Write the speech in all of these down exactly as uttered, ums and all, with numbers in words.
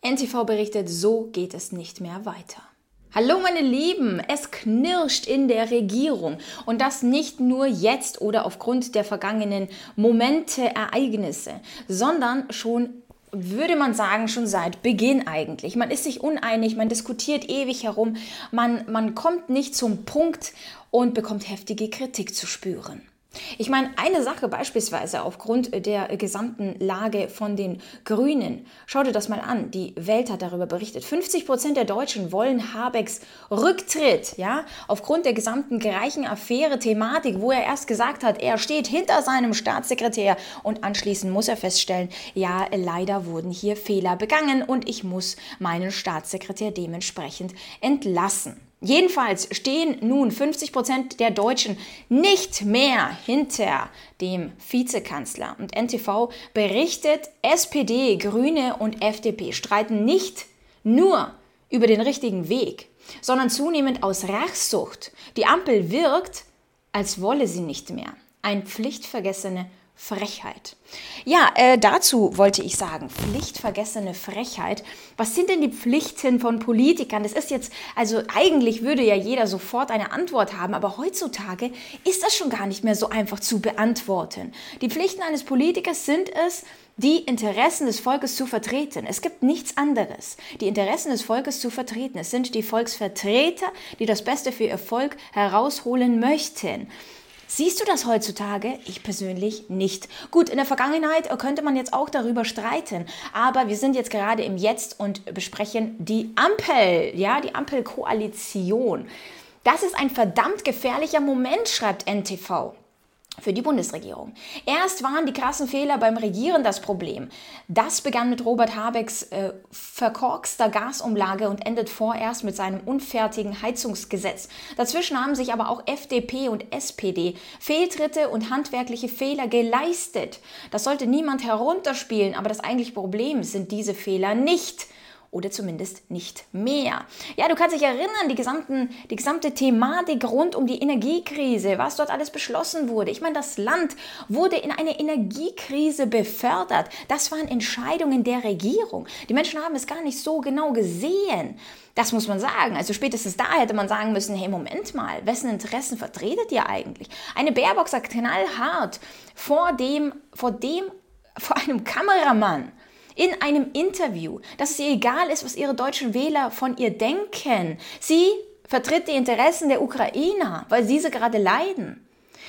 N T V berichtet, so geht es nicht mehr weiter. Hallo meine Lieben, es knirscht in der Regierung und das nicht nur jetzt oder aufgrund der vergangenen Momente, Ereignisse, sondern schon, würde man sagen, schon seit Beginn eigentlich. Man ist sich uneinig, man diskutiert ewig herum, man, man kommt nicht zum Punkt und bekommt heftige Kritik zu spüren. Ich meine, eine Sache beispielsweise aufgrund der gesamten Lage von den Grünen. Schau dir das mal an. Die Welt hat darüber berichtet. fünfzig Prozent der Deutschen wollen Habecks Rücktritt, ja, aufgrund der gesamten Greichen-Affäre, Thematik, wo er erst gesagt hat, er steht hinter seinem Staatssekretär und anschließend muss er feststellen, ja, leider wurden hier Fehler begangen und ich muss meinen Staatssekretär dementsprechend entlassen. Jedenfalls stehen nun fünfzig Prozent der Deutschen nicht mehr hinter dem Vizekanzler. Und N T V berichtet, S P D, Grüne und F D P streiten nicht nur über den richtigen Weg, sondern zunehmend aus Rachsucht. Die Ampel wirkt, als wolle sie nicht mehr. Eine pflichtvergessene Frechheit. Ja, äh, dazu wollte ich sagen, pflichtvergessene Frechheit. Was sind denn die Pflichten von Politikern? Das ist jetzt, also eigentlich würde ja jeder sofort eine Antwort haben, aber heutzutage ist das schon gar nicht mehr so einfach zu beantworten. Die Pflichten eines Politikers sind es, die Interessen des Volkes zu vertreten. Es gibt nichts anderes. Die Interessen des Volkes zu vertreten. Es sind die Volksvertreter, die das Beste für ihr Volk herausholen möchten. Siehst du das heutzutage? Ich persönlich nicht. Gut, in der Vergangenheit könnte man jetzt auch darüber streiten, aber wir sind jetzt gerade im Jetzt und besprechen die Ampel, ja, die Ampelkoalition. Das ist ein verdammt gefährlicher Moment, schreibt N T V. Für die Bundesregierung. Erst waren die krassen Fehler beim Regieren das Problem. Das begann mit Robert Habecks äh, verkorkster Gasumlage und endet vorerst mit seinem unfertigen Heizungsgesetz. Dazwischen haben sich aber auch F D P und S P D Fehltritte und handwerkliche Fehler geleistet. Das sollte niemand herunterspielen, aber das eigentliche Problem sind diese Fehler nicht. Oder zumindest nicht mehr. Ja, du kannst dich erinnern, die, gesamten, die gesamte Thematik rund um die Energiekrise, was dort alles beschlossen wurde. Ich meine, das Land wurde in eine Energiekrise befördert. Das waren Entscheidungen der Regierung. Die Menschen haben es gar nicht so genau gesehen. Das muss man sagen. Also spätestens da hätte man sagen müssen, hey, Moment mal, wessen Interessen vertretet ihr eigentlich? Eine Baerbock sagt knallhart vor dem, vor dem, vor einem Kameramann, in einem Interview, dass es ihr egal ist, was ihre deutschen Wähler von ihr denken. Sie vertritt die Interessen der Ukrainer, weil diese gerade leiden.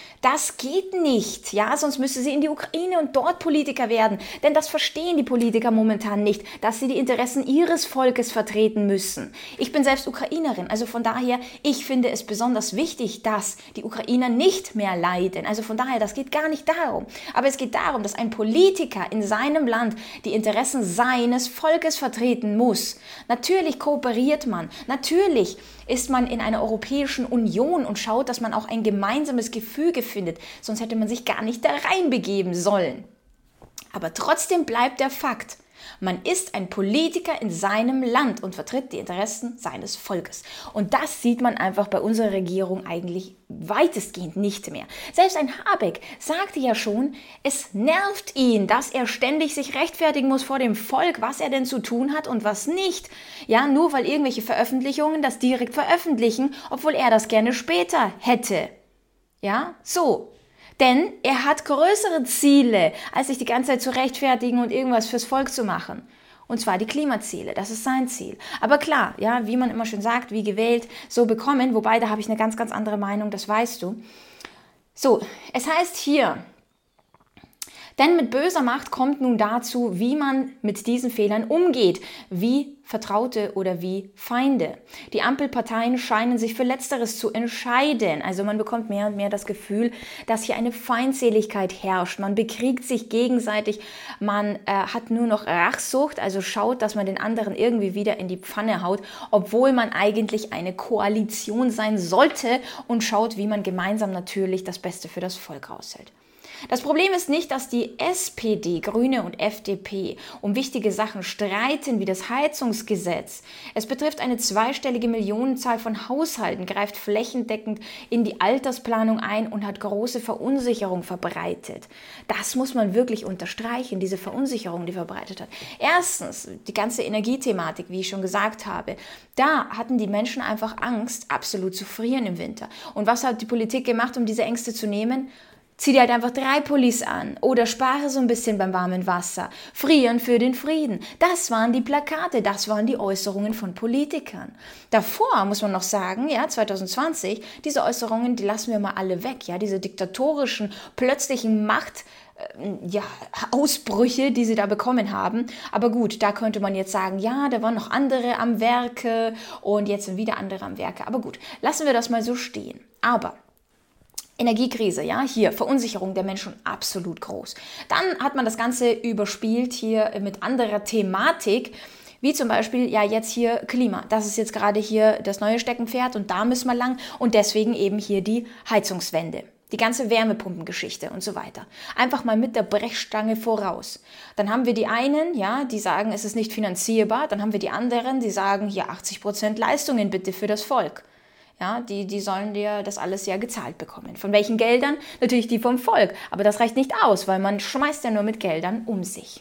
Das geht nicht, ja, sonst müsste sie in die Ukraine und dort Politiker werden. Denn das verstehen die Politiker momentan nicht, dass sie die Interessen ihres Volkes vertreten müssen. Ich bin selbst Ukrainerin, also von daher, ich finde es besonders wichtig, dass die Ukrainer nicht mehr leiden. Also von daher, das geht gar nicht darum. Aber es geht darum, dass ein Politiker in seinem Land die Interessen seines Volkes vertreten muss. Natürlich kooperiert man, natürlich ist man in einer Europäischen Union und schaut, dass man auch ein gemeinsames Gefüge findet. Sonst hätte man sich gar nicht da reinbegeben sollen. Aber trotzdem bleibt der Fakt, man ist ein Politiker in seinem Land und vertritt die Interessen seines Volkes. Und das sieht man einfach bei unserer Regierung eigentlich weitestgehend nicht mehr. Selbst ein Habeck sagte ja schon, es nervt ihn, dass er ständig sich rechtfertigen muss vor dem Volk, was er denn zu tun hat und was nicht. Ja, nur weil irgendwelche Veröffentlichungen das direkt veröffentlichen, obwohl er das gerne später hätte. Ja, so. Denn er hat größere Ziele, als sich die ganze Zeit zu rechtfertigen und irgendwas fürs Volk zu machen. Und zwar die Klimaziele, das ist sein Ziel. Aber klar, ja, wie man immer schön sagt, wie gewählt, so bekommen. Wobei, da habe ich eine ganz, ganz andere Meinung, das weißt du. So, es heißt hier, denn mit böser Macht kommt nun dazu, wie man mit diesen Fehlern umgeht, wie Vertraute oder wie Feinde. Die Ampelparteien scheinen sich für Letzteres zu entscheiden. Also man bekommt mehr und mehr das Gefühl, dass hier eine Feindseligkeit herrscht. Man bekriegt sich gegenseitig, man äh, hat nur noch Rachsucht, also schaut, dass man den anderen irgendwie wieder in die Pfanne haut, obwohl man eigentlich eine Koalition sein sollte und schaut, wie man gemeinsam natürlich das Beste für das Volk raushält. Das Problem ist nicht, dass die S P D, Grüne und F D P um wichtige Sachen streiten wie das Heizungsgesetz. Es betrifft eine zweistellige Millionenzahl von Haushalten, greift flächendeckend in die Altersplanung ein und hat große Verunsicherung verbreitet. Das muss man wirklich unterstreichen, diese Verunsicherung, die verbreitet hat. Erstens, die ganze Energiethematik, wie ich schon gesagt habe. Da hatten die Menschen einfach Angst, absolut zu frieren im Winter. Und was hat die Politik gemacht, um diese Ängste zu nehmen? Zieh dir halt einfach drei Pullis an oder spare so ein bisschen beim warmen Wasser. Frieren für den Frieden. Das waren die Plakate, das waren die Äußerungen von Politikern. Davor muss man noch sagen, ja, zwanzig zwanzig, diese Äußerungen, die lassen wir mal alle weg, ja, diese diktatorischen, plötzlichen Macht, äh, ja, Ausbrüche, die sie da bekommen haben. Aber gut, da könnte man jetzt sagen, ja, da waren noch andere am Werke und jetzt sind wieder andere am Werke. Aber gut, lassen wir das mal so stehen. Aber Energiekrise, ja, hier, Verunsicherung der Menschen absolut groß. Dann hat man das Ganze überspielt hier mit anderer Thematik, wie zum Beispiel, ja, jetzt hier Klima. Das ist jetzt gerade hier das neue Steckenpferd und da müssen wir lang und deswegen eben hier die Heizungswende. Die ganze Wärmepumpengeschichte und so weiter. Einfach mal mit der Brechstange voraus. Dann haben wir die einen, ja, die sagen, es ist nicht finanzierbar. Dann haben wir die anderen, die sagen, hier achtzig Prozent Leistungen bitte für das Volk. Ja, die, die sollen dir das alles ja gezahlt bekommen. Von welchen Geldern? Natürlich die vom Volk. Aber das reicht nicht aus, weil man schmeißt ja nur mit Geldern um sich.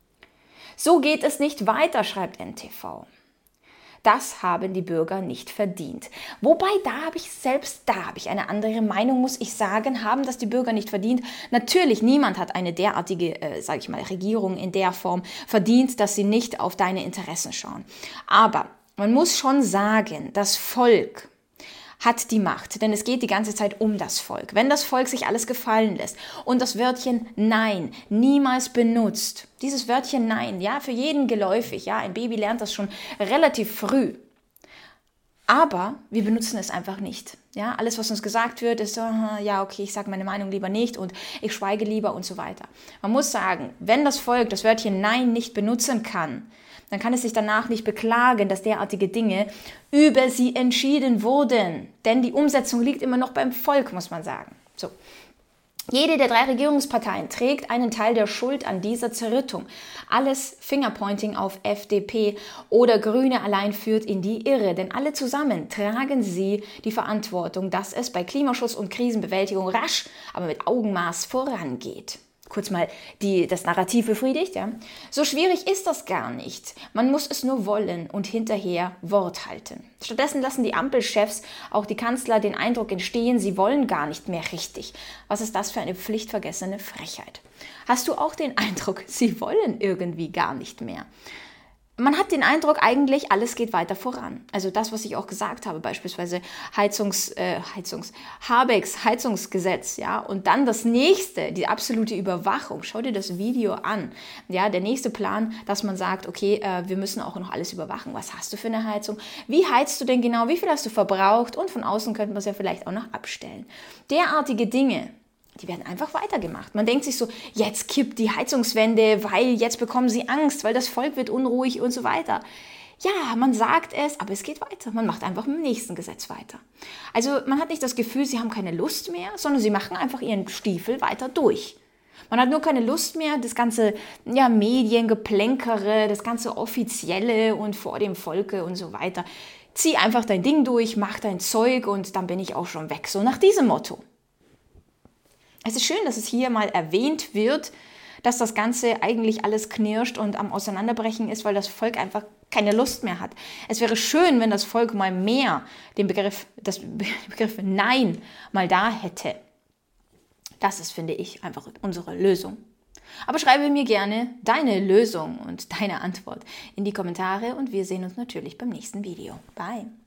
So geht es nicht weiter, schreibt N T V. Das haben die Bürger nicht verdient. Wobei, da habe ich selbst, da habe ich eine andere Meinung, muss ich sagen, haben das die Bürger nicht verdient. Natürlich, niemand hat eine derartige, äh, sage ich mal, Regierung in der Form verdient, dass sie nicht auf deine Interessen schauen. Aber man muss schon sagen, das Volk hat die Macht, denn es geht die ganze Zeit um das Volk. Wenn das Volk sich alles gefallen lässt und das Wörtchen Nein niemals benutzt, dieses Wörtchen Nein, ja, für jeden geläufig, ja, ein Baby lernt das schon relativ früh, aber wir benutzen es einfach nicht. Ja, alles, was uns gesagt wird, ist so, ja, okay, ich sage meine Meinung lieber nicht und ich schweige lieber und so weiter. Man muss sagen, wenn das Volk das Wörtchen Nein nicht benutzen kann, dann kann es sich danach nicht beklagen, dass derartige Dinge über sie entschieden wurden. Denn die Umsetzung liegt immer noch beim Volk, muss man sagen. So. Jede der drei Regierungsparteien trägt einen Teil der Schuld an dieser Zerrüttung. Alles Fingerpointing auf F D P oder Grüne allein führt in die Irre, denn alle zusammen tragen sie die Verantwortung, dass es bei Klimaschutz und Krisenbewältigung rasch, aber mit Augenmaß vorangeht. Kurz mal die, das Narrativ befriedigt. Ja? So schwierig ist das gar nicht. Man muss es nur wollen und hinterher Wort halten. Stattdessen lassen die Ampelchefs, auch die Kanzler, den Eindruck entstehen, sie wollen gar nicht mehr richtig. Was ist das für eine pflichtvergessene Frechheit? Hast du auch den Eindruck, sie wollen irgendwie gar nicht mehr? Man hat den Eindruck, eigentlich alles geht weiter voran. Also das, was ich auch gesagt habe, beispielsweise Heizungs, äh, Heizungs, Habecks Heizungsgesetz, ja, und dann das nächste, die absolute Überwachung. Schau dir das Video an. Ja, der nächste Plan, dass man sagt, okay, äh, wir müssen auch noch alles überwachen. Was hast du für eine Heizung? Wie heizt du denn genau? Wie viel hast du verbraucht? Und von außen könnte man es ja vielleicht auch noch abstellen. Derartige Dinge, die werden einfach weitergemacht. Man denkt sich so, jetzt kippt die Heizungswende, weil jetzt bekommen sie Angst, weil das Volk wird unruhig und so weiter. Ja, man sagt es, aber es geht weiter. Man macht einfach mit dem nächsten Gesetz weiter. Also man hat nicht das Gefühl, sie haben keine Lust mehr, sondern sie machen einfach ihren Stiefel weiter durch. Man hat nur keine Lust mehr, das ganze ja, Mediengeplänkere, das ganze Offizielle und vor dem Volke und so weiter. Zieh einfach dein Ding durch, mach dein Zeug und dann bin ich auch schon weg. So nach diesem Motto. Es ist schön, dass es hier mal erwähnt wird, dass das Ganze eigentlich alles knirscht und am Auseinanderbrechen ist, weil das Volk einfach keine Lust mehr hat. Es wäre schön, wenn das Volk mal mehr den Begriff, das Begriff Nein mal da hätte. Das ist, finde ich, einfach unsere Lösung. Aber schreibe mir gerne deine Lösung und deine Antwort in die Kommentare und wir sehen uns natürlich beim nächsten Video. Bye!